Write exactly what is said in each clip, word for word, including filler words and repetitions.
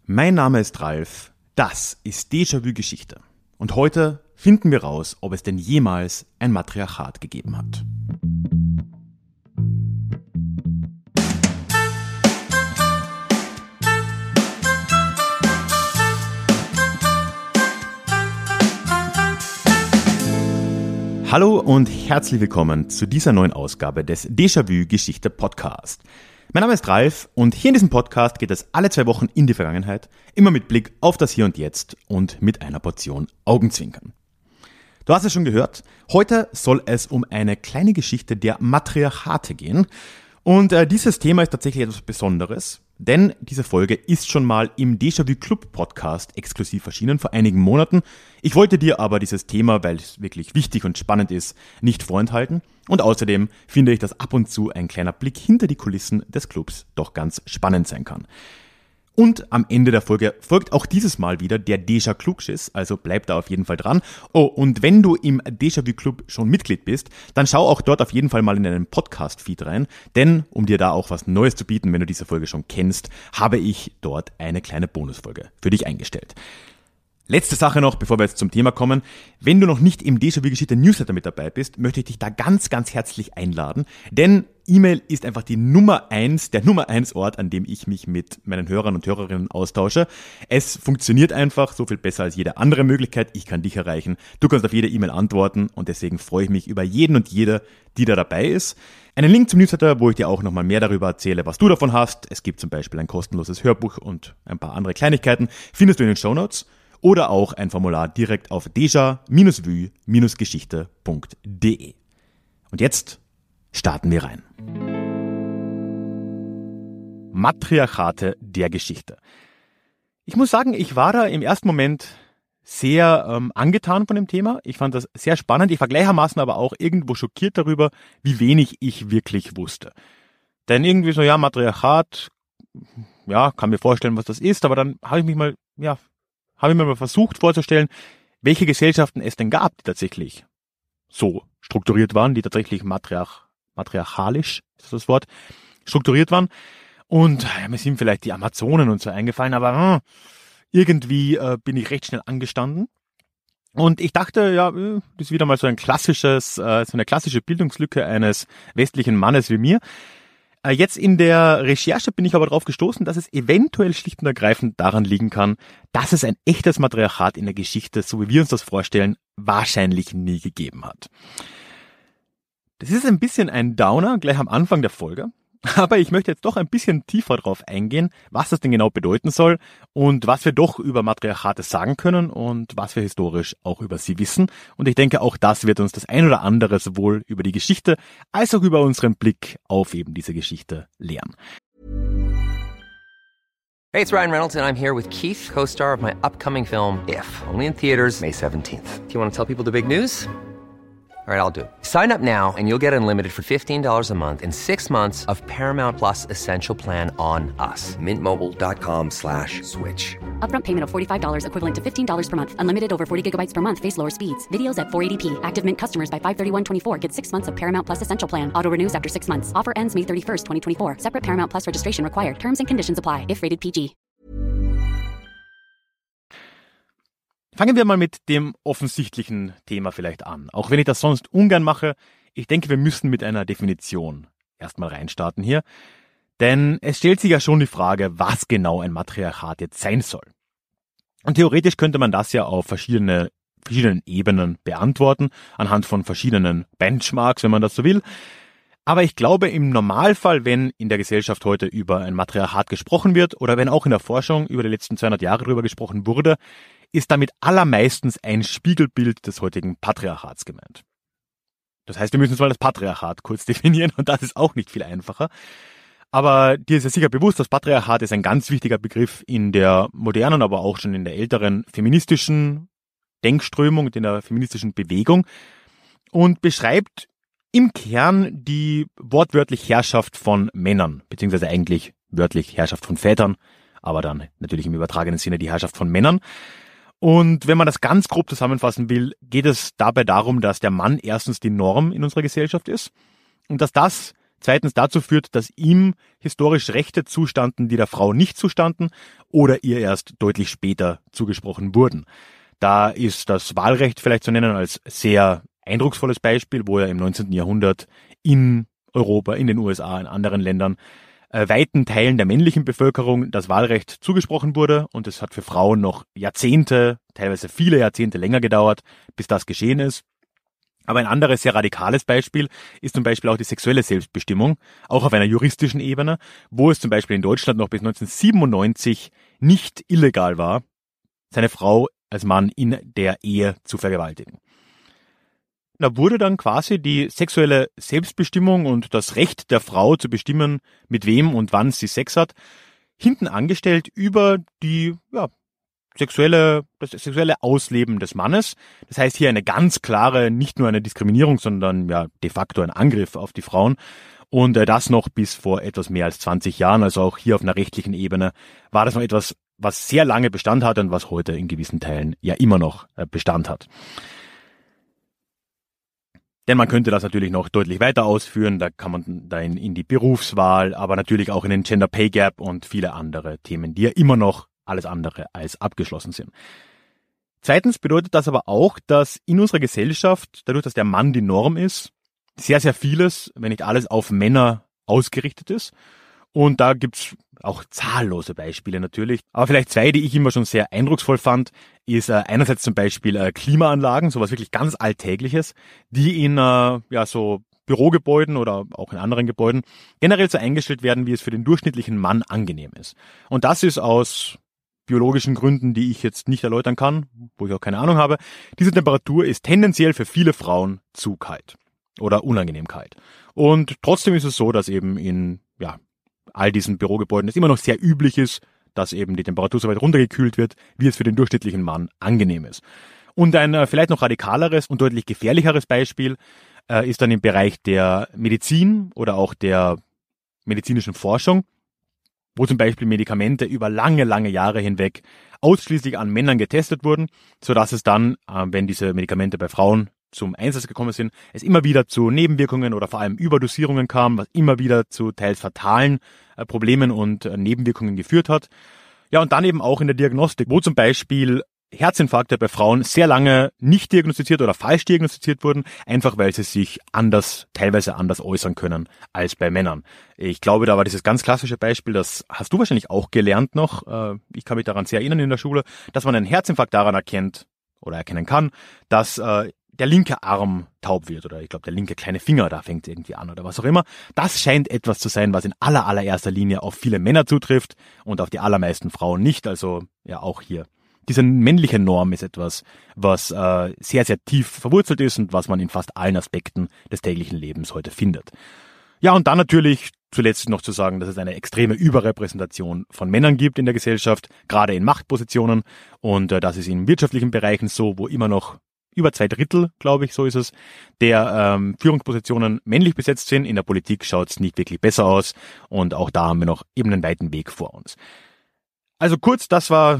Mein Name ist Ralf, das ist Déjà-vu Geschichte und heute finden wir raus, ob es denn jemals ein Matriarchat gegeben hat. Hallo und herzlich willkommen zu dieser neuen Ausgabe des Déjà-vu Geschichte Podcast. Mein Name ist Ralf und hier in diesem Podcast geht es alle zwei Wochen in die Vergangenheit, immer mit Blick auf das Hier und Jetzt und mit einer Portion Augenzwinkern. Du hast es schon gehört, heute soll es um eine kleine Geschichte der Matriarchate gehen und äh, dieses Thema ist tatsächlich etwas Besonderes, denn diese Folge ist schon mal im Déjà-vu Club Podcast exklusiv erschienen vor einigen Monaten. Ich wollte dir aber dieses Thema, weil es wirklich wichtig und spannend ist, nicht vorenthalten. Und außerdem finde ich, dass ab und zu ein kleiner Blick hinter die Kulissen des Clubs doch ganz spannend sein kann. Und am Ende der Folge folgt auch dieses Mal wieder der Déjà-Klugschiss, also bleib da auf jeden Fall dran. Oh, und wenn du im Déjà-vu Club schon Mitglied bist, dann schau auch dort auf jeden Fall mal in deinen Podcast-Feed rein, denn um dir da auch was Neues zu bieten, wenn du diese Folge schon kennst, habe ich dort eine kleine Bonusfolge für dich eingestellt. Letzte Sache noch, bevor wir jetzt zum Thema kommen. Wenn du noch nicht im Déjà-vu Geschichte Newsletter mit dabei bist, möchte ich dich da ganz, ganz herzlich einladen. Denn E-Mail ist einfach die Nummer eins, der Nummer eins Ort, an dem ich mich mit meinen Hörern und Hörerinnen austausche. Es funktioniert einfach so viel besser als jede andere Möglichkeit. Ich kann dich erreichen. Du kannst auf jede E-Mail antworten und deswegen freue ich mich über jeden und jede, die da dabei ist. Einen Link zum Newsletter, wo ich dir auch nochmal mehr darüber erzähle, was du davon hast. Es gibt zum Beispiel ein kostenloses Hörbuch und ein paar andere Kleinigkeiten. Findest du in den Shownotes. Oder auch ein Formular direkt auf deja-vu Geschichte punkt de. Und jetzt starten wir rein. Matriarchate der Geschichte. Ich muss sagen, ich war da im ersten Moment sehr ähm, angetan von dem Thema. Ich fand das sehr spannend. Ich war gleichermaßen aber auch irgendwo schockiert darüber, wie wenig ich wirklich wusste. Denn irgendwie so, ja, Matriarchat, ja, kann mir vorstellen, was das ist, aber dann habe ich mich mal, ja, habe ich mir mal versucht vorzustellen, welche Gesellschaften es denn gab, die tatsächlich so strukturiert waren, die tatsächlich matriarch, matriarchalisch, ist das das Wort, strukturiert waren. Und ja, mir sind vielleicht die Amazonen und so eingefallen, aber äh, irgendwie äh, bin ich recht schnell angestanden. Und ich dachte, ja, das ist wieder mal so ein klassisches, äh, so eine klassische Bildungslücke eines westlichen Mannes wie mir. Jetzt in der Recherche bin ich aber darauf gestoßen, dass es eventuell schlicht und ergreifend daran liegen kann, dass es ein echtes Matriarchat in der Geschichte, so wie wir uns das vorstellen, wahrscheinlich nie gegeben hat. Das ist ein bisschen ein Downer gleich am Anfang der Folge, aber ich möchte jetzt doch ein bisschen tiefer drauf eingehen, was das denn genau bedeuten soll und was wir doch über Matriarchate sagen können und was wir historisch auch über sie wissen. Und ich denke, auch das wird uns das ein oder andere sowohl über die Geschichte als auch über unseren Blick auf eben diese Geschichte lehren. Hey, it's Ryan Reynolds and I'm here with Keith, co-star of my upcoming film If, only in theaters May seventeenth. Do you want to tell people the big news? All right, I'll do it. Sign up now and you'll get unlimited for fifteen dollars a month and six months of Paramount Plus Essential Plan on us. Mint Mobile dot com slash switch. Upfront payment of forty-five dollars equivalent to fifteen dollars per month. Unlimited over forty gigabytes per month. Face lower speeds. Videos at four eighty p. Active Mint customers by five thirty-one twenty-four get six months of Paramount Plus Essential Plan. Auto renews after six months. Offer ends May thirty-first, twenty twenty-four. Separate Paramount Plus registration required. Terms and conditions apply if rated P G. Fangen wir mal mit dem offensichtlichen Thema vielleicht an. Auch wenn ich das sonst ungern mache, ich denke, wir müssen mit einer Definition erstmal reinstarten hier. Denn es stellt sich ja schon die Frage, was genau ein Matriarchat jetzt sein soll. Und theoretisch könnte man das ja auf verschiedene, verschiedenen Ebenen beantworten, anhand von verschiedenen Benchmarks, wenn man das so will. Aber ich glaube, im Normalfall, wenn in der Gesellschaft heute über ein Matriarchat gesprochen wird oder wenn auch in der Forschung über die letzten zweihundert Jahre darüber gesprochen wurde, ist damit allermeistens ein Spiegelbild des heutigen Patriarchats gemeint. Das heißt, wir müssen uns mal das Patriarchat kurz definieren und das ist auch nicht viel einfacher. Aber dir ist ja sicher bewusst, das Patriarchat ist ein ganz wichtiger Begriff in der modernen, aber auch schon in der älteren feministischen Denkströmung, in der feministischen Bewegung und beschreibt im Kern die wortwörtlich Herrschaft von Männern, beziehungsweise eigentlich wörtlich Herrschaft von Vätern, aber dann natürlich im übertragenen Sinne die Herrschaft von Männern. Und wenn man das ganz grob zusammenfassen will, geht es dabei darum, dass der Mann erstens die Norm in unserer Gesellschaft ist und dass das zweitens dazu führt, dass ihm historisch Rechte zustanden, die der Frau nicht zustanden oder ihr erst deutlich später zugesprochen wurden. Da ist das Wahlrecht vielleicht zu nennen als sehr eindrucksvolles Beispiel, wo er im neunzehnten Jahrhundert in Europa, in den U S A, in anderen Ländern äh, weiten Teilen der männlichen Bevölkerung das Wahlrecht zugesprochen wurde und es hat für Frauen noch Jahrzehnte, teilweise viele Jahrzehnte länger gedauert, bis das geschehen ist. Aber ein anderes sehr radikales Beispiel ist zum Beispiel auch die sexuelle Selbstbestimmung, auch auf einer juristischen Ebene, wo es zum Beispiel in Deutschland noch bis neunzehnhundertsiebenundneunzig nicht illegal war, seine Frau als Mann in der Ehe zu vergewaltigen. Da wurde dann quasi die sexuelle Selbstbestimmung und das Recht der Frau zu bestimmen, mit wem und wann sie Sex hat, hinten angestellt über die ja, sexuelle, das sexuelle Ausleben des Mannes. Das heißt hier eine ganz klare, nicht nur eine Diskriminierung, sondern ja de facto ein Angriff auf die Frauen. Und äh, das noch bis vor etwas mehr als zwanzig Jahren, also auch hier auf einer rechtlichen Ebene, war das noch etwas, was sehr lange Bestand hat und was heute in gewissen Teilen ja immer noch äh, Bestand hat. Denn man könnte das natürlich noch deutlich weiter ausführen, da kann man da in, in die Berufswahl, aber natürlich auch in den Gender Pay Gap und viele andere Themen, die ja immer noch alles andere als abgeschlossen sind. Zweitens bedeutet das aber auch, dass in unserer Gesellschaft, dadurch, dass der Mann die Norm ist, sehr, sehr vieles, wenn nicht alles, auf Männer ausgerichtet ist. Und da gibt's auch zahllose Beispiele natürlich. Aber vielleicht zwei, die ich immer schon sehr eindrucksvoll fand, ist äh, einerseits zum Beispiel äh, Klimaanlagen, sowas wirklich ganz Alltägliches, die in äh, ja so Bürogebäuden oder auch in anderen Gebäuden generell so eingestellt werden, wie es für den durchschnittlichen Mann angenehm ist. Und das ist aus biologischen Gründen, die ich jetzt nicht erläutern kann, wo ich auch keine Ahnung habe. Diese Temperatur ist tendenziell für viele Frauen zu kalt oder unangenehm kalt. Und trotzdem ist es so, dass eben in ja all diesen Bürogebäuden es immer noch sehr üblich ist, dass eben die Temperatur so weit runtergekühlt wird, wie es für den durchschnittlichen Mann angenehm ist. Und ein äh, vielleicht noch radikaleres und deutlich gefährlicheres Beispiel äh, ist dann im Bereich der Medizin oder auch der medizinischen Forschung, wo zum Beispiel Medikamente über lange, lange Jahre hinweg ausschließlich an Männern getestet wurden, sodass es dann, äh, wenn diese Medikamente bei Frauen zum Einsatz gekommen sind, es immer wieder zu Nebenwirkungen oder vor allem Überdosierungen kam, was immer wieder zu teils fatalen äh, Problemen und äh, Nebenwirkungen geführt hat. Ja, und dann eben auch in der Diagnostik, wo zum Beispiel Herzinfarkte bei Frauen sehr lange nicht diagnostiziert oder falsch diagnostiziert wurden, einfach weil sie sich anders, teilweise anders äußern können als bei Männern. Ich glaube, da war dieses ganz klassische Beispiel, das hast du wahrscheinlich auch gelernt noch, äh, ich kann mich daran sehr erinnern in der Schule, dass man einen Herzinfarkt daran erkennt oder erkennen kann, dass äh, der linke Arm taub wird oder ich glaube der linke kleine Finger, da fängt irgendwie an oder was auch immer. Das scheint etwas zu sein, was in aller allererster Linie auf viele Männer zutrifft und auf die allermeisten Frauen nicht. Also ja auch hier. Diese männliche Norm ist etwas, was äh, sehr, sehr tief verwurzelt ist und was man in fast allen Aspekten des täglichen Lebens heute findet. Ja, und dann natürlich zuletzt noch zu sagen, dass es eine extreme Überrepräsentation von Männern gibt in der Gesellschaft, gerade in Machtpositionen. Und äh, das ist in wirtschaftlichen Bereichen so, wo immer noch über zwei Drittel, glaube ich, so ist es, der ähm, Führungspositionen männlich besetzt sind. In der Politik schaut es nicht wirklich besser aus und auch da haben wir noch eben einen weiten Weg vor uns. Also kurz, das war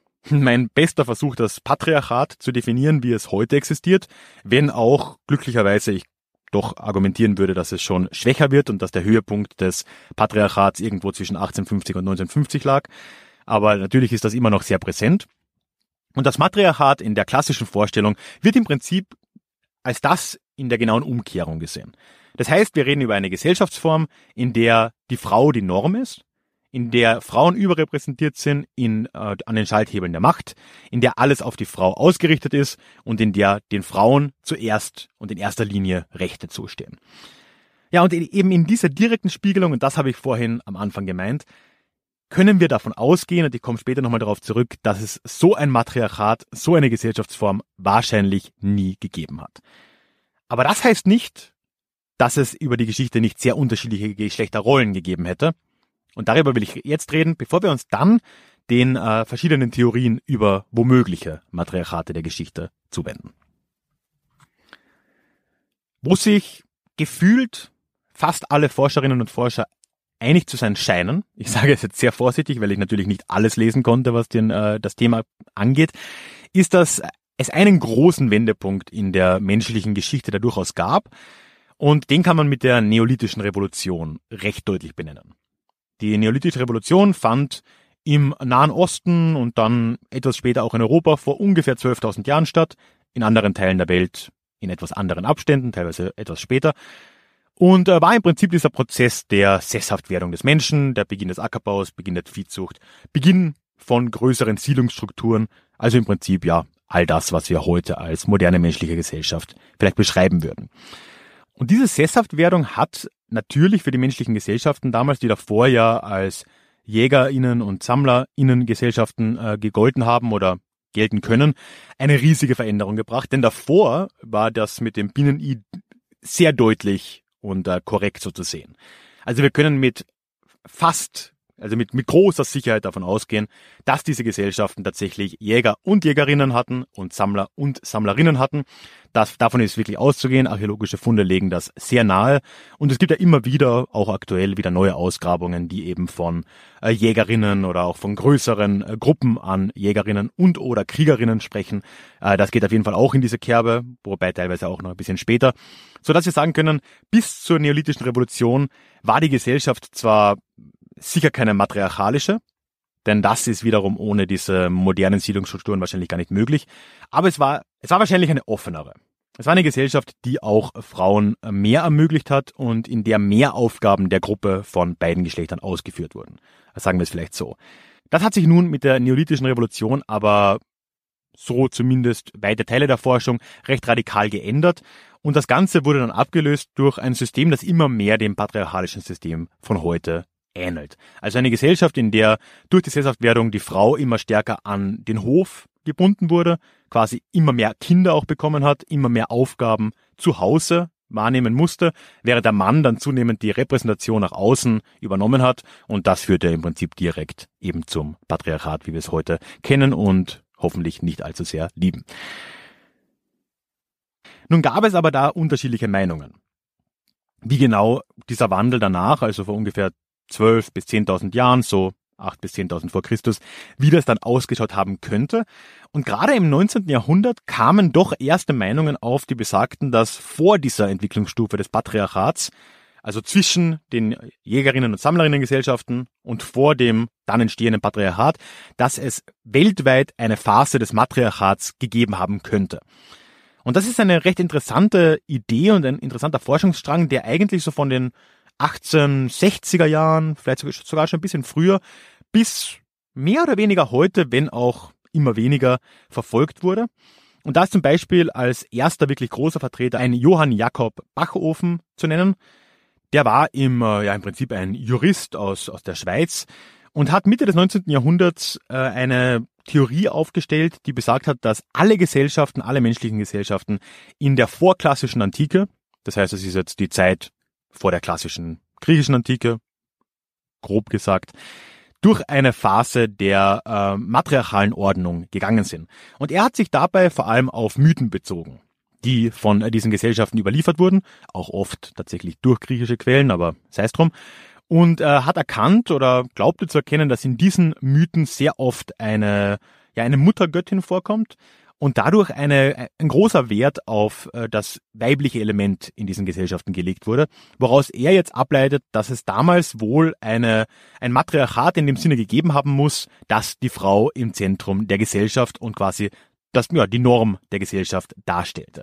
mein bester Versuch, das Patriarchat zu definieren, wie es heute existiert, wenn auch glücklicherweise ich doch argumentieren würde, dass es schon schwächer wird und dass der Höhepunkt des Patriarchats irgendwo zwischen achtzehnhundertfünfzig und neunzehnhundertfünfzig lag. Aber natürlich ist das immer noch sehr präsent. Und das Matriarchat in der klassischen Vorstellung wird im Prinzip als das in der genauen Umkehrung gesehen. Das heißt, wir reden über eine Gesellschaftsform, in der die Frau die Norm ist, in der Frauen überrepräsentiert sind in, äh, an den Schalthebeln der Macht, in der alles auf die Frau ausgerichtet ist und in der den Frauen zuerst und in erster Linie Rechte zustehen. Ja, und eben in dieser direkten Spiegelung, und das habe ich vorhin am Anfang gemeint, können wir davon ausgehen, und ich komme später nochmal darauf zurück, dass es so ein Matriarchat, so eine Gesellschaftsform wahrscheinlich nie gegeben hat. Aber das heißt nicht, dass es über die Geschichte nicht sehr unterschiedliche Geschlechterrollen gegeben hätte. Und darüber will ich jetzt reden, bevor wir uns dann den äh, verschiedenen Theorien über womögliche Matriarchate der Geschichte zuwenden. Wo sich gefühlt fast alle Forscherinnen und Forscher einig zu sein scheinen, ich sage es jetzt sehr vorsichtig, weil ich natürlich nicht alles lesen konnte, was den, äh, das Thema angeht, ist, dass es einen großen Wendepunkt in der menschlichen Geschichte da durchaus gab. Und den kann man mit der Neolithischen Revolution recht deutlich benennen. Die Neolithische Revolution fand im Nahen Osten und dann etwas später auch in Europa vor ungefähr zwölftausend Jahren statt, in anderen Teilen der Welt in etwas anderen Abständen, teilweise etwas später. Und äh, war im Prinzip dieser Prozess der Sesshaftwerdung des Menschen, der Beginn des Ackerbaus, Beginn der Viehzucht, Beginn von größeren Siedlungsstrukturen, also im Prinzip ja all das, was wir heute als moderne menschliche Gesellschaft vielleicht beschreiben würden. Und diese Sesshaftwerdung hat natürlich für die menschlichen Gesellschaften damals, die davor ja als JägerInnen und SammlerInnen Gesellschaften äh, gegolten haben oder gelten können, eine riesige Veränderung gebracht. Denn davor war das mit dem Binnen-I sehr deutlich und äh, korrekt so zu sehen. Also wir können mit fast, also mit, mit großer Sicherheit davon ausgehen, dass diese Gesellschaften tatsächlich Jäger und Jägerinnen hatten und Sammler und Sammlerinnen hatten. Das, davon ist wirklich auszugehen. Archäologische Funde legen das sehr nahe. Und es gibt ja immer wieder, auch aktuell, wieder neue Ausgrabungen, die eben von äh, Jägerinnen oder auch von größeren äh, Gruppen an Jägerinnen und oder Kriegerinnen sprechen. Äh, das geht auf jeden Fall auch in diese Kerbe, wobei teilweise auch noch ein bisschen später. Sodass wir sagen können, bis zur Neolithischen Revolution war die Gesellschaft zwar sicher keine matriarchalische, denn das ist wiederum ohne diese modernen Siedlungsstrukturen wahrscheinlich gar nicht möglich. Aber es war, es war wahrscheinlich eine offenere. Es war eine Gesellschaft, die auch Frauen mehr ermöglicht hat und in der mehr Aufgaben der Gruppe von beiden Geschlechtern ausgeführt wurden. Sagen wir es vielleicht so. Das hat sich nun mit der Neolithischen Revolution aber, so zumindest weite Teile der Forschung, recht radikal geändert. Und das Ganze wurde dann abgelöst durch ein System, das immer mehr dem patriarchalischen System von heute ähnelt. Also eine Gesellschaft, in der durch die Sesshaftwerdung die Frau immer stärker an den Hof gebunden wurde, quasi immer mehr Kinder auch bekommen hat, immer mehr Aufgaben zu Hause wahrnehmen musste, während der Mann dann zunehmend die Repräsentation nach außen übernommen hat. Und das führte im Prinzip direkt eben zum Patriarchat, wie wir es heute kennen und hoffentlich nicht allzu sehr lieben. Nun gab es aber da unterschiedliche Meinungen. Wie genau dieser Wandel danach, also vor ungefähr zwölf bis zehntausend Jahren, so acht bis zehntausend vor Christus, wie das dann ausgeschaut haben könnte. Und gerade im neunzehnten Jahrhundert kamen doch erste Meinungen auf, die besagten, dass vor dieser Entwicklungsstufe des Patriarchats, also zwischen den Jägerinnen- und Sammlerinnengesellschaften und vor dem dann entstehenden Patriarchat, dass es weltweit eine Phase des Matriarchats gegeben haben könnte. Und das ist eine recht interessante Idee und ein interessanter Forschungsstrang, der eigentlich so von den achtzehnhundertsechziger Jahren, vielleicht sogar schon ein bisschen früher, bis mehr oder weniger heute, wenn auch immer weniger, verfolgt wurde. Und da ist zum Beispiel als erster wirklich großer Vertreter ein Johann Jakob Bachofen zu nennen. Der war im, ja, im Prinzip ein Jurist aus, aus der Schweiz und hat Mitte des neunzehnten Jahrhunderts äh, eine Theorie aufgestellt, die besagt hat, dass alle Gesellschaften, alle menschlichen Gesellschaften in der vorklassischen Antike, das heißt, es ist jetzt die Zeit vor der klassischen griechischen Antike, grob gesagt, durch eine Phase der äh, matriarchalen Ordnung gegangen sind. Und er hat sich dabei vor allem auf Mythen bezogen, die von äh, diesen Gesellschaften überliefert wurden, auch oft tatsächlich durch griechische Quellen, aber sei es drum, und äh, hat erkannt oder glaubte zu erkennen, dass in diesen Mythen sehr oft eine, ja, eine Muttergöttin vorkommt, und dadurch eine, ein großer Wert auf äh, das weibliche Element in diesen Gesellschaften gelegt wurde, woraus er jetzt ableitet, dass es damals wohl eine, ein Matriarchat in dem Sinne gegeben haben muss, dass die Frau im Zentrum der Gesellschaft und quasi das, ja, die Norm der Gesellschaft darstellte.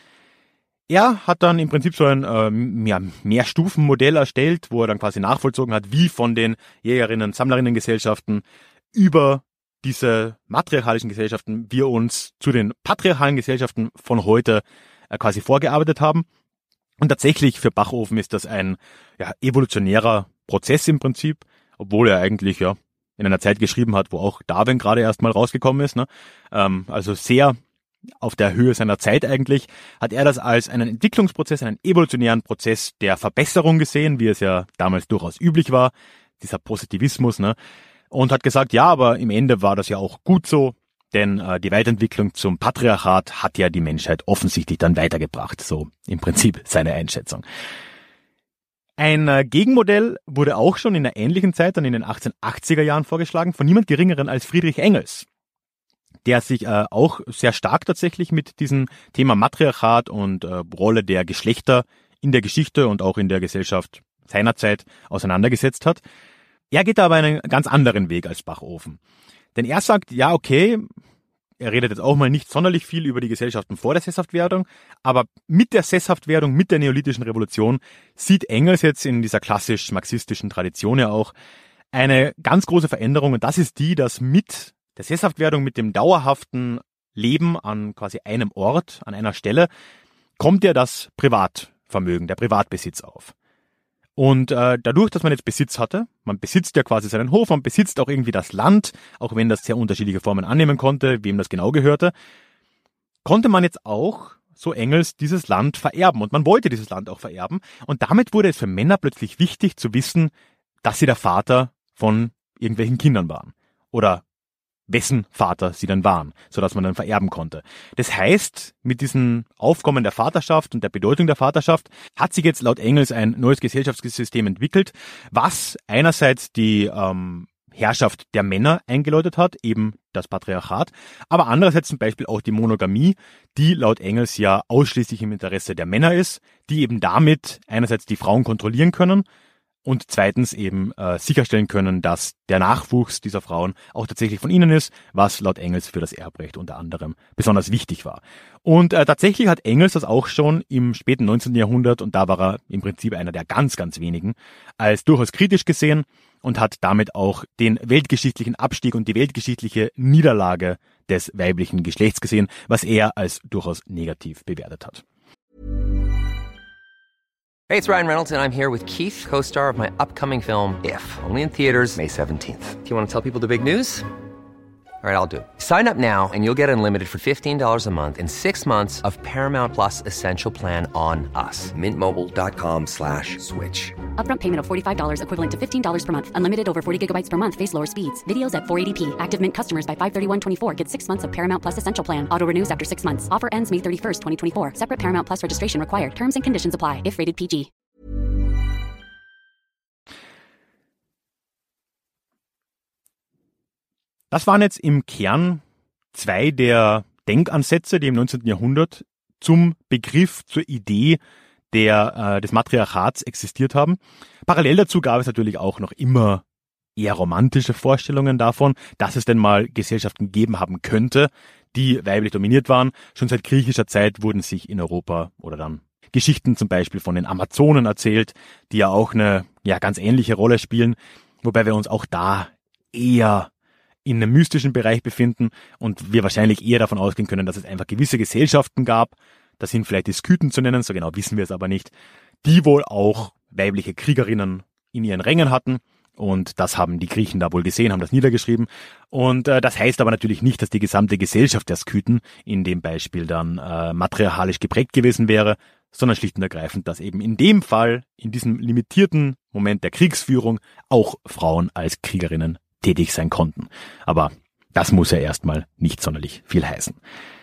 Er hat dann im Prinzip so ein ähm, ja, Mehrstufenmodell erstellt, wo er dann quasi nachvollzogen hat, wie von den Jägerinnen- und Sammlerinnen-Gesellschaften über diese matriarchalischen Gesellschaften wir uns zu den patriarchalen Gesellschaften von heute äh, quasi vorgearbeitet haben. Und tatsächlich für Bachofen ist das ein ja, evolutionärer Prozess im Prinzip, obwohl er eigentlich ja in einer Zeit geschrieben hat, wo auch Darwin gerade erst mal rausgekommen ist. Ne? Ähm, also sehr auf der Höhe seiner Zeit eigentlich, hat er das als einen Entwicklungsprozess, einen evolutionären Prozess der Verbesserung gesehen, wie es ja damals durchaus üblich war, dieser Positivismus, ne? Und hat gesagt, ja, aber im Ende war das ja auch gut so, denn äh, die Weiterentwicklung zum Patriarchat hat ja die Menschheit offensichtlich dann weitergebracht, so im Prinzip seine Einschätzung. Ein äh, Gegenmodell wurde auch schon in einer ähnlichen Zeit, dann in den achtzehnhundertachtziger Jahren vorgeschlagen, von niemand Geringeren als Friedrich Engels, der sich äh, auch sehr stark tatsächlich mit diesem Thema Matriarchat und äh, Rolle der Geschlechter in der Geschichte und auch in der Gesellschaft seiner Zeit auseinandergesetzt hat. Er geht aber einen ganz anderen Weg als Bachofen. Denn er sagt, ja okay, er redet jetzt auch mal nicht sonderlich viel über die Gesellschaften vor der Sesshaftwerdung, aber mit der Sesshaftwerdung, mit der neolithischen Revolution sieht Engels jetzt in dieser klassisch-marxistischen Tradition ja auch eine ganz große Veränderung, und das ist die, dass mit der Sesshaftwerdung, mit dem dauerhaften Leben an quasi einem Ort, an einer Stelle, kommt ja das Privatvermögen, der Privatbesitz auf. Und äh, dadurch, dass man jetzt Besitz hatte, man besitzt ja quasi seinen Hof, man besitzt auch irgendwie das Land, auch wenn das sehr unterschiedliche Formen annehmen konnte, wem das genau gehörte, konnte man jetzt auch, so Engels, dieses Land vererben. Und man wollte dieses Land auch vererben. Und damit wurde es für Männer plötzlich wichtig zu wissen, dass sie der Vater von irgendwelchen Kindern waren. Oder wessen Vater sie dann waren, sodass man dann vererben konnte. Das heißt, mit diesem Aufkommen der Vaterschaft und der Bedeutung der Vaterschaft hat sich jetzt laut Engels ein neues Gesellschaftssystem entwickelt, was einerseits die ähm, Herrschaft der Männer eingeläutet hat, eben das Patriarchat, aber andererseits zum Beispiel auch die Monogamie, die laut Engels ja ausschließlich im Interesse der Männer ist, die eben damit einerseits die Frauen kontrollieren können, und zweitens eben äh, sicherstellen können, dass der Nachwuchs dieser Frauen auch tatsächlich von ihnen ist, was laut Engels für das Erbrecht unter anderem besonders wichtig war. Und äh, tatsächlich hat Engels das auch schon im späten neunzehnten Jahrhundert, und da war er im Prinzip einer der ganz, ganz wenigen, als durchaus kritisch gesehen und hat damit auch den weltgeschichtlichen Abstieg und die weltgeschichtliche Niederlage des weiblichen Geschlechts gesehen, was er als durchaus negativ bewertet hat. Hey, it's Ryan Reynolds, and I'm here with Keith, co-star of my upcoming film, If, only in theaters May seventeenth. Do you want to tell people the big news? All right, I'll do it. Sign up now and you'll get unlimited for fifteen dollars a month and six months of Paramount Plus Essential Plan on us. Mint Mobile dot com slash switch. Upfront payment of forty-five dollars equivalent to fifteen dollars per month. Unlimited over forty gigabytes per month. Face lower speeds. Videos at four eighty p. Active Mint customers by five thirty-one twenty-four get six months of Paramount Plus Essential Plan. Auto renews after six months. Offer ends May thirty-first, twenty twenty-four. Separate Paramount Plus registration required. Terms and conditions apply if rated P G. Das waren jetzt im Kern zwei der Denkansätze, die im neunzehnten Jahrhundert zum Begriff, zur Idee der, äh, des Matriarchats existiert haben. Parallel dazu gab es natürlich auch noch immer eher romantische Vorstellungen davon, dass es denn mal Gesellschaften geben haben könnte, die weiblich dominiert waren. Schon seit griechischer Zeit wurden sich in Europa oder dann Geschichten zum Beispiel von den Amazonen erzählt, die ja auch eine ja ganz ähnliche Rolle spielen, wobei wir uns auch da eher in einem mystischen Bereich befinden und wir wahrscheinlich eher davon ausgehen können, dass es einfach gewisse Gesellschaften gab, das sind vielleicht die Skythen zu nennen, so genau wissen wir es aber nicht, die wohl auch weibliche Kriegerinnen in ihren Rängen hatten, und das haben die Griechen da wohl gesehen, haben das niedergeschrieben, und äh, das heißt aber natürlich nicht, dass die gesamte Gesellschaft der Skythen in dem Beispiel dann äh, matriarchalisch geprägt gewesen wäre, sondern schlicht und ergreifend, dass eben in dem Fall, in diesem limitierten Moment der Kriegsführung, auch Frauen als Kriegerinnen tätig sein konnten. Aber das muss ja erstmal nicht sonderlich viel heißen.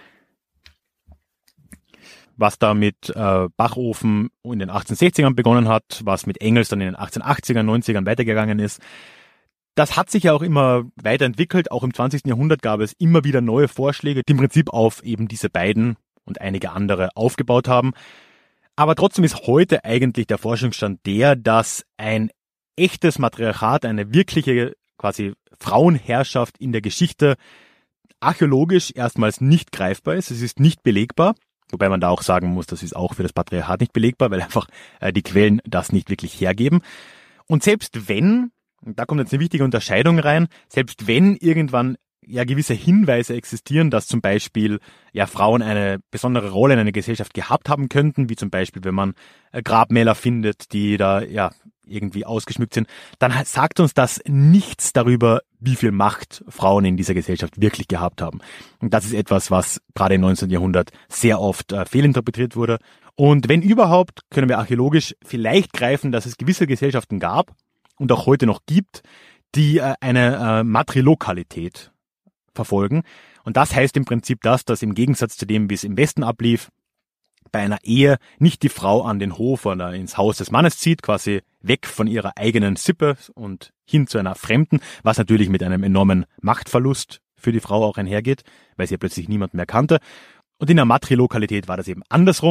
Was da mit äh, Bachofen in den achtzehnhundertsechzigern begonnen hat, was mit Engels dann in den achtzehnhundertachtzigern, neunzigern weitergegangen ist, das hat sich ja auch immer weiterentwickelt. Auch im zwanzigsten Jahrhundert gab es immer wieder neue Vorschläge, die im Prinzip auf eben diese beiden und einige andere aufgebaut haben. Aber trotzdem ist heute eigentlich der Forschungsstand der, dass ein echtes Matriarchat, eine wirkliche quasi Frauenherrschaft in der Geschichte archäologisch erstmals nicht greifbar ist. Es ist nicht belegbar, wobei man da auch sagen muss, das ist auch für das Patriarchat nicht belegbar, weil einfach äh, die Quellen das nicht wirklich hergeben. Und selbst wenn, und da kommt jetzt eine wichtige Unterscheidung rein, selbst wenn irgendwann ja gewisse Hinweise existieren, dass zum Beispiel ja Frauen eine besondere Rolle in einer Gesellschaft gehabt haben könnten, wie zum Beispiel, wenn man äh, Grabmäler findet, die da ja irgendwie ausgeschmückt sind, dann sagt uns das nichts darüber, wie viel Macht Frauen in dieser Gesellschaft wirklich gehabt haben. Und das ist etwas, was gerade im neunzehnten Jahrhundert sehr oft äh, fehlinterpretiert wurde. Und wenn überhaupt, können wir archäologisch vielleicht greifen, dass es gewisse Gesellschaften gab und auch heute noch gibt, die äh, eine äh, Matrilokalität verfolgen. Und das heißt im Prinzip das, dass im Gegensatz zu dem, wie es im Westen ablief, bei einer Ehe nicht die Frau an den Hof oder ins Haus des Mannes zieht, quasi weg von ihrer eigenen Sippe und hin zu einer fremden, was natürlich mit einem enormen Machtverlust für die Frau auch einhergeht, weil sie ja plötzlich niemand mehr kannte. Und in der Matrilokalität war das eben andersrum.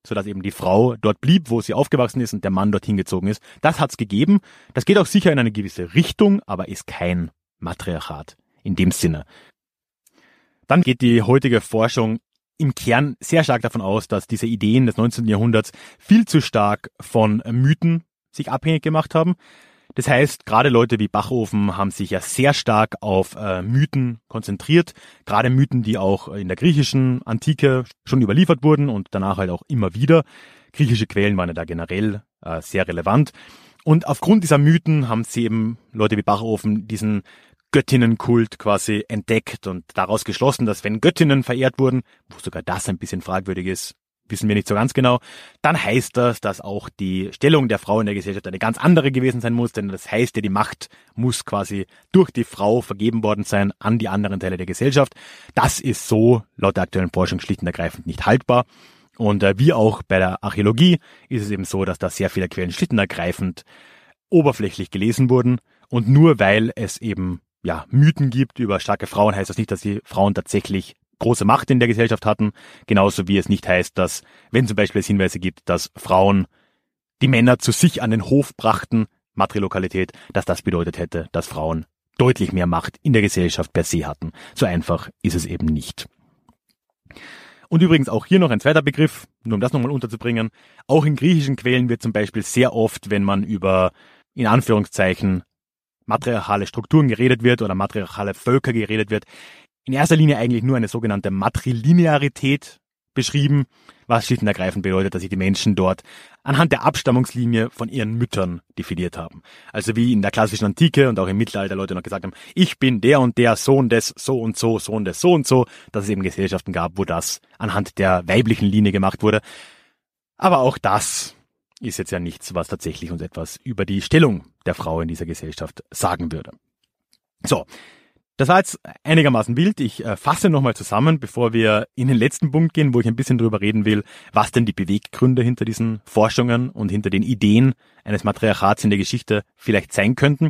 sodass eben die Frau dort blieb, wo sie aufgewachsen ist und der Mann dorthin gezogen ist. Das hat's gegeben. Das geht auch sicher in eine gewisse Richtung, aber ist kein Matriarchat in dem Sinne. Dann geht die heutige Forschung im Kern sehr stark davon aus, dass diese Ideen des neunzehnten Jahrhunderts viel zu stark von Mythen sich abhängig gemacht haben. Das heißt, gerade Leute wie Backofen haben sich ja sehr stark auf äh, Mythen konzentriert, gerade Mythen, die auch in der griechischen Antike schon überliefert wurden und danach halt auch immer wieder. Griechische Quellen waren ja da generell äh, sehr relevant. Und aufgrund dieser Mythen haben sie eben Leute wie Backofen diesen Göttinnenkult quasi entdeckt und daraus geschlossen, dass wenn Göttinnen verehrt wurden, wo sogar das ein bisschen fragwürdig ist, wissen wir nicht so ganz genau, dann heißt das, dass auch die Stellung der Frau in der Gesellschaft eine ganz andere gewesen sein muss, denn das heißt ja, die Macht muss quasi durch die Frau vergeben worden sein an die anderen Teile der Gesellschaft. Das ist so laut der aktuellen Forschung schlicht und ergreifend nicht haltbar. Und äh, wie auch bei der Archäologie ist es eben so, dass da sehr viele Quellen schlicht und ergreifend oberflächlich gelesen wurden. Und nur weil es eben ja Mythen gibt über starke Frauen, heißt das nicht, dass die Frauen tatsächlich große Macht in der Gesellschaft hatten. Genauso wie es nicht heißt, dass, wenn zum Beispiel es Hinweise gibt, dass Frauen die Männer zu sich an den Hof brachten, Matrilokalität, dass das bedeutet hätte, dass Frauen deutlich mehr Macht in der Gesellschaft per se hatten. So einfach ist es eben nicht. Und übrigens auch hier noch ein zweiter Begriff, nur um das nochmal unterzubringen. Auch in griechischen Quellen wird zum Beispiel sehr oft, wenn man über, in Anführungszeichen, matriarchale Strukturen geredet wird oder matriarchale Völker geredet wird, in erster Linie eigentlich nur eine sogenannte Matrilinearität beschrieben, was schlicht und ergreifend bedeutet, dass sich die Menschen dort anhand der Abstammungslinie von ihren Müttern definiert haben. Also wie in der klassischen Antike und auch im Mittelalter Leute noch gesagt haben, ich bin der und der Sohn des so und so, Sohn des so und so, dass es eben Gesellschaften gab, wo das anhand der weiblichen Linie gemacht wurde. Aber auch das ist jetzt ja nichts, was tatsächlich uns etwas über die Stellung der Frau in dieser Gesellschaft sagen würde. So, das war jetzt einigermaßen wild. Ich äh, fasse nochmal zusammen, bevor wir in den letzten Punkt gehen, wo ich ein bisschen drüber reden will, was denn die Beweggründe hinter diesen Forschungen und hinter den Ideen eines Matriarchats in der Geschichte vielleicht sein könnten.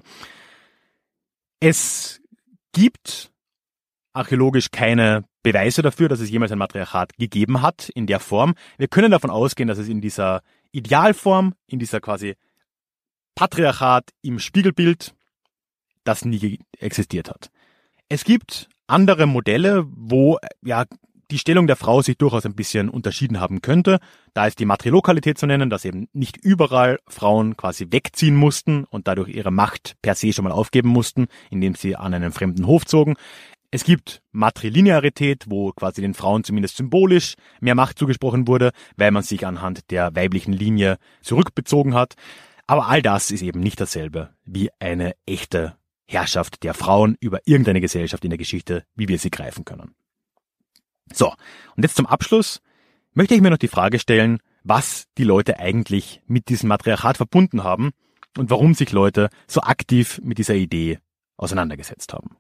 Es gibt archäologisch keine Beweise dafür, dass es jemals ein Matriarchat gegeben hat in der Form. Wir können davon ausgehen, dass es in dieser Idealform, in dieser quasi Patriarchat im Spiegelbild, das nie existiert hat. Es gibt andere Modelle, wo ja die Stellung der Frau sich durchaus ein bisschen unterschieden haben könnte. Da ist die Matrilokalität zu nennen, dass eben nicht überall Frauen quasi wegziehen mussten und dadurch ihre Macht per se schon mal aufgeben mussten, indem sie an einen fremden Hof zogen. Es gibt Matrilinearität, wo quasi den Frauen zumindest symbolisch mehr Macht zugesprochen wurde, weil man sich anhand der weiblichen Linie zurückbezogen hat. Aber all das ist eben nicht dasselbe wie eine echte Herrschaft der Frauen über irgendeine Gesellschaft in der Geschichte, wie wir sie greifen können. So, und jetzt zum Abschluss möchte ich mir noch die Frage stellen, was die Leute eigentlich mit diesem Matriarchat verbunden haben und warum sich Leute so aktiv mit dieser Idee auseinandergesetzt haben.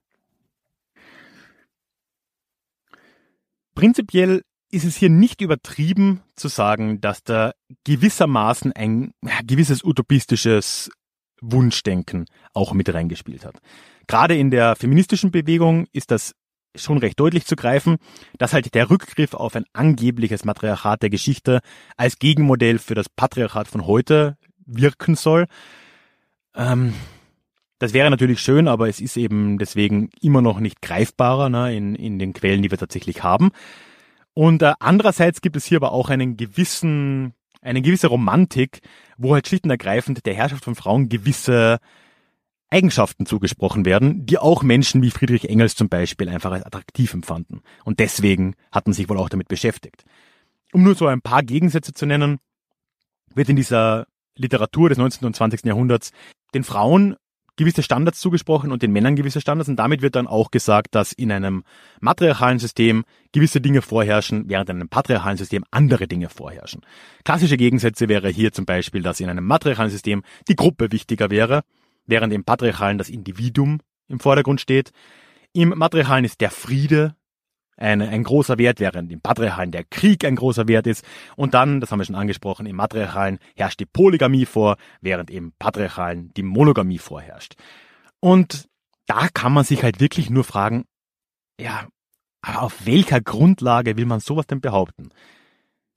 Prinzipiell ist es hier nicht übertrieben zu sagen, dass da gewissermaßen ein gewisses utopistisches Wunschdenken auch mit reingespielt hat. Gerade in der feministischen Bewegung ist das schon recht deutlich zu greifen, dass halt der Rückgriff auf ein angebliches Matriarchat der Geschichte als Gegenmodell für das Patriarchat von heute wirken soll. Ähm, das wäre natürlich schön, aber es ist eben deswegen immer noch nicht greifbarer, ne, in, in den Quellen, die wir tatsächlich haben. Und äh, andererseits gibt es hier aber auch einen gewissen eine gewisse Romantik, wo halt schlicht und ergreifend der Herrschaft von Frauen gewisse Eigenschaften zugesprochen werden, die auch Menschen wie Friedrich Engels zum Beispiel einfach als attraktiv empfanden. Und deswegen hat man sich wohl auch damit beschäftigt. Um nur so ein paar Gegensätze zu nennen, wird in dieser Literatur des neunzehnten und zwanzigsten Jahrhunderts den Frauen gewisse Standards zugesprochen und den Männern gewisse Standards. Und damit wird dann auch gesagt, dass in einem matriarchalen System gewisse Dinge vorherrschen, während in einem patriarchalen System andere Dinge vorherrschen. Klassische Gegensätze wäre hier zum Beispiel, dass in einem matriarchalen System die Gruppe wichtiger wäre, während im patriarchalen das Individuum im Vordergrund steht. Im matriarchalen ist der Friede ein, ein großer Wert, während im patriarchalen der Krieg ein großer Wert ist. Und dann, das haben wir schon angesprochen, im matriarchalen herrscht die Polygamie vor, während im patriarchalen die Monogamie vorherrscht. Und da kann man sich halt wirklich nur fragen, ja, auf welcher Grundlage will man sowas denn behaupten?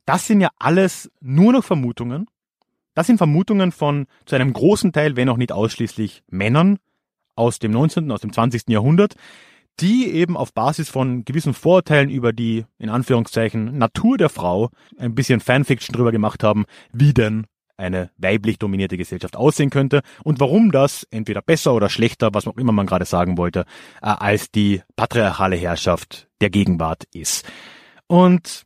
das sind ja alles nur noch Vermutungen. Das sind Vermutungen von zu einem großen Teil, wenn auch nicht ausschließlich Männern aus dem neunzehnten, aus dem zwanzigsten Jahrhundert, die eben auf Basis von gewissen Vorurteilen über die, in Anführungszeichen, Natur der Frau ein bisschen Fanfiction drüber gemacht haben, wie denn eine weiblich dominierte Gesellschaft aussehen könnte und warum das entweder besser oder schlechter, was auch immer man gerade sagen wollte, äh, als die patriarchale Herrschaft der Gegenwart ist. Und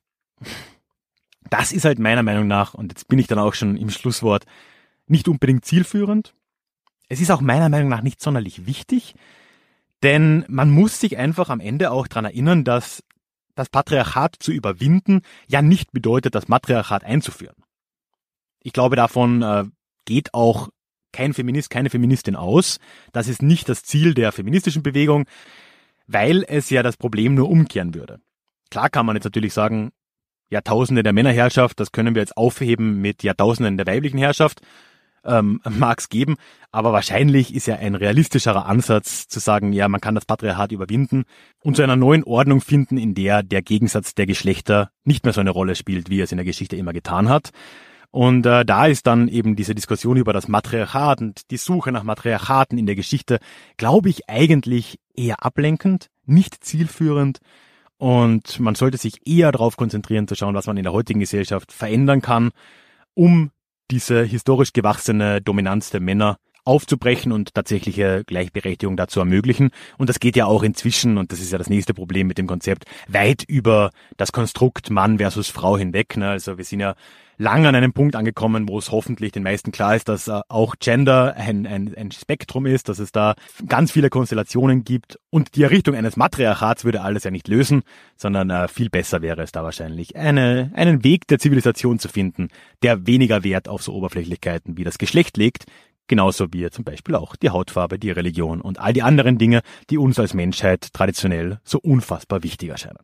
das ist halt meiner Meinung nach, und jetzt bin ich dann auch schon im Schlusswort, nicht unbedingt zielführend. Es ist auch meiner Meinung nach nicht sonderlich wichtig, denn man muss sich einfach am Ende auch daran erinnern, dass das Patriarchat zu überwinden ja nicht bedeutet, das Matriarchat einzuführen. Ich glaube, davon äh, geht auch kein Feminist, keine Feministin aus. Das ist nicht das Ziel der feministischen Bewegung, weil es ja das Problem nur umkehren würde. Klar kann man jetzt natürlich sagen, Jahrtausende der Männerherrschaft, das können wir jetzt aufheben mit Jahrtausenden der weiblichen Herrschaft. Ähm, mag es geben, aber wahrscheinlich ist ja ein realistischerer Ansatz zu sagen, ja, man kann das Patriarchat überwinden und zu einer neuen Ordnung finden, in der der Gegensatz der Geschlechter nicht mehr so eine Rolle spielt, wie es in der Geschichte immer getan hat. Und äh, da ist dann eben diese Diskussion über das Matriarchat und die Suche nach Matriarchaten in der Geschichte, glaube ich, eigentlich eher ablenkend, nicht zielführend. Und man sollte sich eher darauf konzentrieren, zu schauen, was man in der heutigen Gesellschaft verändern kann, um diese historisch gewachsene Dominanz der Männer aufzubrechen und tatsächliche Gleichberechtigung dazu ermöglichen. Und das geht ja auch inzwischen, und das ist ja das nächste Problem mit dem Konzept, weit über das Konstrukt Mann versus Frau hinweg. Also wir sind ja lange an einem Punkt angekommen, wo es hoffentlich den meisten klar ist, dass auch Gender ein, ein, ein Spektrum ist, dass es da ganz viele Konstellationen gibt. Und die Errichtung eines Matriarchats würde alles ja nicht lösen, sondern äh, viel besser wäre es da wahrscheinlich, eine, einen Weg der Zivilisation zu finden, der weniger Wert auf so Oberflächlichkeiten wie das Geschlecht legt, genauso wie zum Beispiel auch die Hautfarbe, die Religion und all die anderen Dinge, die uns als Menschheit traditionell so unfassbar wichtig erscheinen.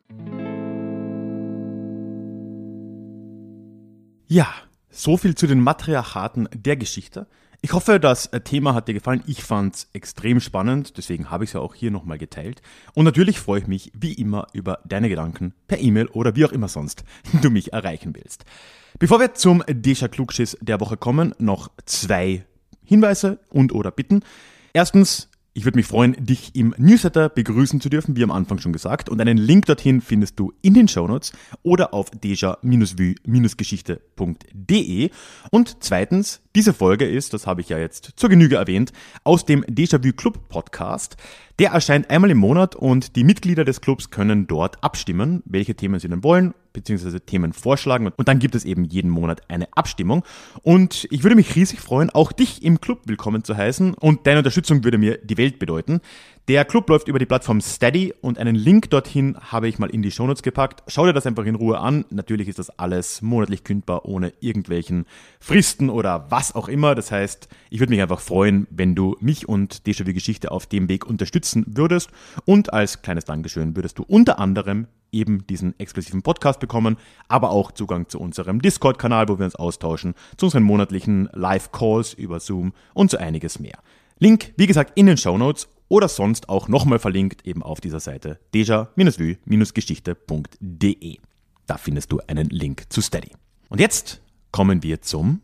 Ja, so viel zu den Matriarchaten der Geschichte. Ich hoffe, das Thema hat dir gefallen. Ich fand's extrem spannend, deswegen habe ich es ja auch hier nochmal geteilt. Und natürlich freue ich mich wie immer über deine Gedanken per E-Mail oder wie auch immer sonst du mich erreichen willst. Bevor wir zum Deja-Klugschiss der Woche kommen, noch zwei Hinweise und oder Bitten. Erstens, ich würde mich freuen, dich im Newsletter begrüßen zu dürfen, wie am Anfang schon gesagt. Und einen Link dorthin findest du in den Shownotes oder auf deja vue geschichte punkt de. Und zweitens, diese Folge ist, das habe ich ja jetzt zur Genüge erwähnt, aus dem Déjà-vu Club Podcast. Der erscheint einmal im Monat und die Mitglieder des Clubs können dort abstimmen, welche Themen sie denn wollen, beziehungsweise Themen vorschlagen. Und dann gibt es eben jeden Monat eine Abstimmung. Und ich würde mich riesig freuen, auch dich im Club willkommen zu heißen. Und deine Unterstützung würde mir die Welt bedeuten. Der Club läuft über die Plattform Steady und einen Link dorthin habe ich mal in die Shownotes gepackt. Schau dir das einfach in Ruhe an. Natürlich ist das alles monatlich kündbar, ohne irgendwelchen Fristen oder was auch immer. Das heißt, ich würde mich einfach freuen, wenn du mich und Déjà-vu Geschichte auf dem Weg unterstützen würdest. Und als kleines Dankeschön würdest du unter anderem eben diesen exklusiven Podcast bekommen, aber auch Zugang zu unserem Discord-Kanal, wo wir uns austauschen, zu unseren monatlichen Live-Calls über Zoom und so einiges mehr. Link, wie gesagt, in den Shownotes oder sonst auch nochmal verlinkt eben auf dieser Seite deja vue geschichte punkt de. Da findest du einen Link zu Steady. Und jetzt kommen wir zum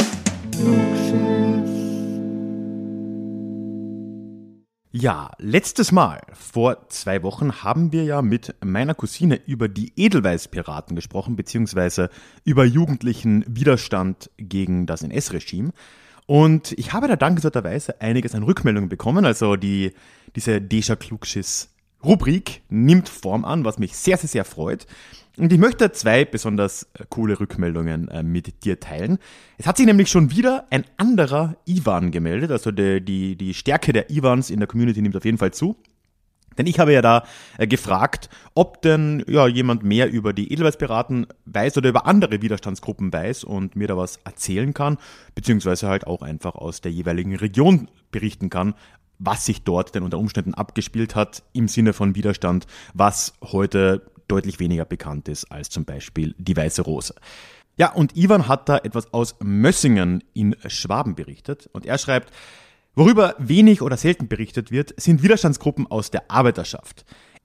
Ja, letztes Mal, vor zwei Wochen, haben wir ja mit meiner Cousine über die Edelweiß-Piraten gesprochen, beziehungsweise über jugendlichen Widerstand gegen das N S-Regime. Und ich habe da dankenswerterweise einiges an Rückmeldungen bekommen. Also die, diese Deja-Klugschiss-Rubrik nimmt Form an, was mich sehr, sehr, sehr freut. Und ich möchte zwei besonders coole Rückmeldungen äh, mit dir teilen. Es hat sich nämlich schon wieder ein anderer Ivan gemeldet. Also die, die, die Stärke der Ivans in der Community nimmt auf jeden Fall zu. Denn ich habe ja da äh, gefragt, ob denn ja jemand mehr über die Edelweiß-Piraten weiß oder über andere Widerstandsgruppen weiß und mir da was erzählen kann, beziehungsweise halt auch einfach aus der jeweiligen Region berichten kann, was sich dort denn unter Umständen abgespielt hat im Sinne von Widerstand, was heute deutlich weniger bekannt ist als zum Beispiel die Weiße Rose. Ja, und Ivan hat da etwas aus Mössingen in Schwaben berichtet und er schreibt: Worüber wenig oder selten berichtet wird, sind Widerstandsgruppen aus der Arbeiterschaft.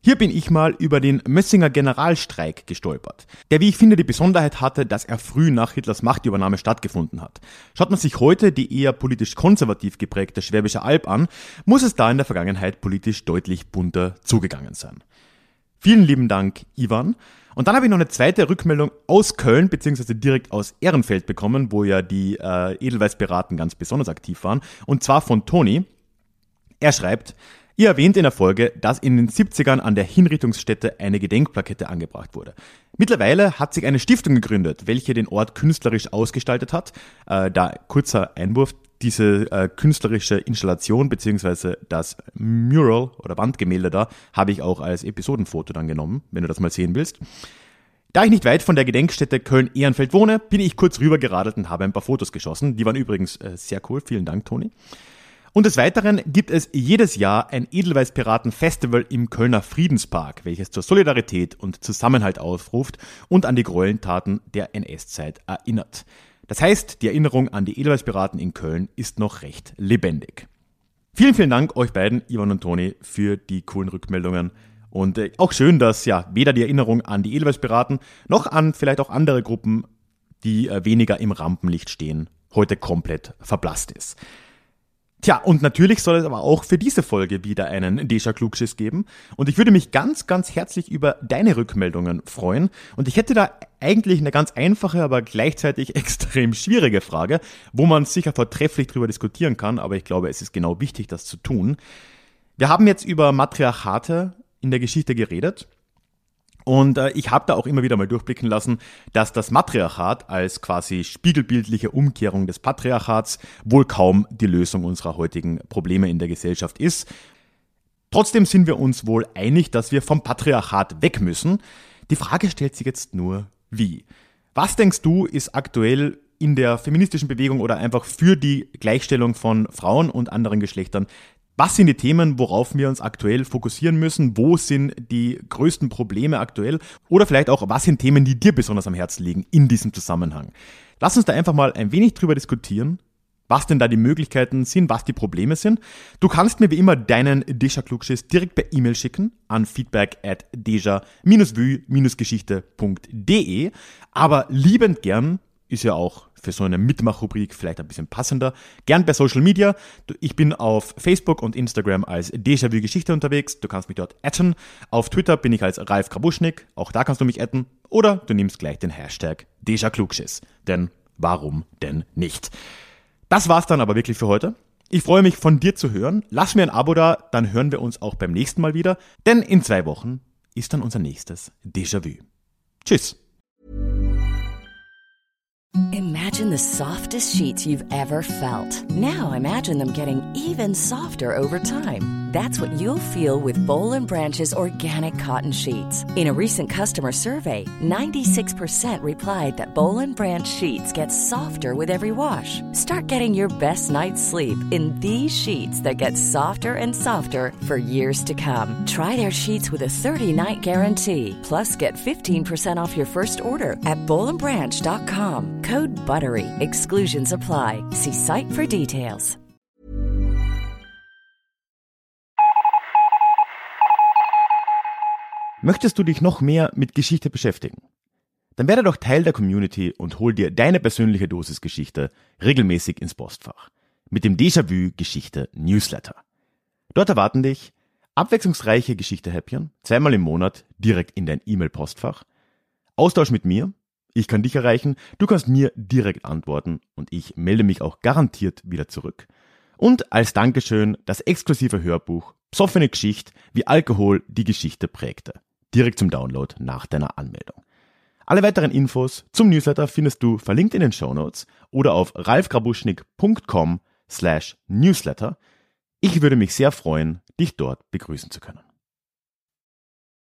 Hier bin ich mal über den Mössinger Generalstreik gestolpert, der, wie ich finde, die Besonderheit hatte, dass er früh nach Hitlers Machtübernahme stattgefunden hat. Schaut man sich heute die eher politisch konservativ geprägte Schwäbische Alb an, muss es da in der Vergangenheit politisch deutlich bunter zugegangen sein. Vielen lieben Dank, Ivan. Und dann habe ich noch eine zweite Rückmeldung aus Köln, beziehungsweise direkt aus Ehrenfeld bekommen, wo ja die äh, Edelweiß-Piraten ganz besonders aktiv waren, und zwar von Toni. Er schreibt: Ihr erwähnt in der Folge, dass in den siebzigern an der Hinrichtungsstätte eine Gedenkplakette angebracht wurde. Mittlerweile hat sich eine Stiftung gegründet, welche den Ort künstlerisch ausgestaltet hat. Äh, da kurzer Einwurf, diese äh, künstlerische Installation bzw. das Mural oder Wandgemälde da habe ich auch als Episodenfoto dann genommen, wenn du das mal sehen willst. Da ich nicht weit von der Gedenkstätte Köln-Ehrenfeld wohne, bin ich kurz rüber geradelt und habe ein paar Fotos geschossen. Die waren übrigens äh, sehr cool. Vielen Dank, Toni. Und des Weiteren gibt es jedes Jahr ein Edelweiß-Piraten-Festival im Kölner Friedenspark, welches zur Solidarität und Zusammenhalt aufruft und an die Gräueltaten der N S-Zeit erinnert. Das heißt, die Erinnerung an die Edelweiß-Piraten in Köln ist noch recht lebendig. Vielen, vielen Dank euch beiden, Ivan und Toni, für die coolen Rückmeldungen. Und äh, auch schön, dass ja weder die Erinnerung an die Edelweiß-Piraten noch an vielleicht auch andere Gruppen, die äh, weniger im Rampenlicht stehen, heute komplett verblasst ist. Tja, und natürlich soll es aber auch für diese Folge wieder einen Deja-Klugschiss geben. Und ich würde mich ganz, ganz herzlich über deine Rückmeldungen freuen. Und ich hätte da eigentlich eine ganz einfache, aber gleichzeitig extrem schwierige Frage, wo man sicher vortrefflich drüber diskutieren kann, aber ich glaube, es ist genau wichtig, das zu tun. Wir haben jetzt über Matriarchate in der Geschichte geredet. Und äh, ich habe da auch immer wieder mal durchblicken lassen, dass das Matriarchat als quasi spiegelbildliche Umkehrung des Patriarchats wohl kaum die Lösung unserer heutigen Probleme in der Gesellschaft ist. Trotzdem sind wir uns wohl einig, dass wir vom Patriarchat weg müssen. Die Frage stellt sich jetzt nur, wie? Was denkst du, ist aktuell in der feministischen Bewegung oder einfach für die Gleichstellung von Frauen und anderen Geschlechtern? Was sind die Themen, worauf wir uns aktuell fokussieren müssen? Wo sind die größten Probleme aktuell? Oder vielleicht auch, was sind Themen, die dir besonders am Herzen liegen in diesem Zusammenhang? Lass uns da einfach mal ein wenig drüber diskutieren, was denn da die Möglichkeiten sind, was die Probleme sind. Du kannst mir wie immer deinen Deja-Klugschiss direkt per E-Mail schicken an feedback at deja-vue-geschichte punkt de. Aber liebend gern, ist ja auch für so eine Mitmachrubrik vielleicht ein bisschen passender, gern bei Social Media. Ich bin auf Facebook und Instagram als Déjà-vu-Geschichte unterwegs. Du kannst mich dort adden. Auf Twitter bin ich als Ralf Krabuschnik. Auch da kannst du mich adden. Oder du nimmst gleich den Hashtag Deja-Klugschiss. Denn warum denn nicht? Das war's dann aber wirklich für heute. Ich freue mich, von dir zu hören. Lass mir ein Abo da, dann hören wir uns auch beim nächsten Mal wieder. Denn in zwei Wochen ist dann unser nächstes Déjà-vu. Tschüss. Imagine the softest sheets you've ever felt. Now imagine them getting even softer over time. That's what you'll feel with Boll and Branch's organic cotton sheets. In a recent customer survey, ninety-six percent replied that Boll and Branch sheets get softer with every wash. Start getting your best night's sleep in these sheets that get softer and softer for years to come. Try their sheets with a thirty-night guarantee. Plus, get fifteen percent off your first order at boll and branch dot com. Code BUTTERY. Exclusions apply. See site for details. Möchtest du dich noch mehr mit Geschichte beschäftigen? Dann werde doch Teil der Community und hol dir deine persönliche Dosis Geschichte regelmäßig ins Postfach. Mit dem Déjà-vu Geschichte Newsletter. Dort erwarten dich abwechslungsreiche Geschichte-Häppchen, zweimal im Monat direkt in dein E-Mail-Postfach, Austausch mit mir, ich kann dich erreichen, du kannst mir direkt antworten und ich melde mich auch garantiert wieder zurück. Und als Dankeschön das exklusive Hörbuch Psoffene Geschichte, wie Alkohol die Geschichte prägte. Direkt zum Download nach deiner Anmeldung. Alle weiteren Infos zum Newsletter findest du verlinkt in den Shownotes oder auf ralfgrabuschnik punkt com slash newsletter. Ich würde mich sehr freuen, dich dort begrüßen zu können.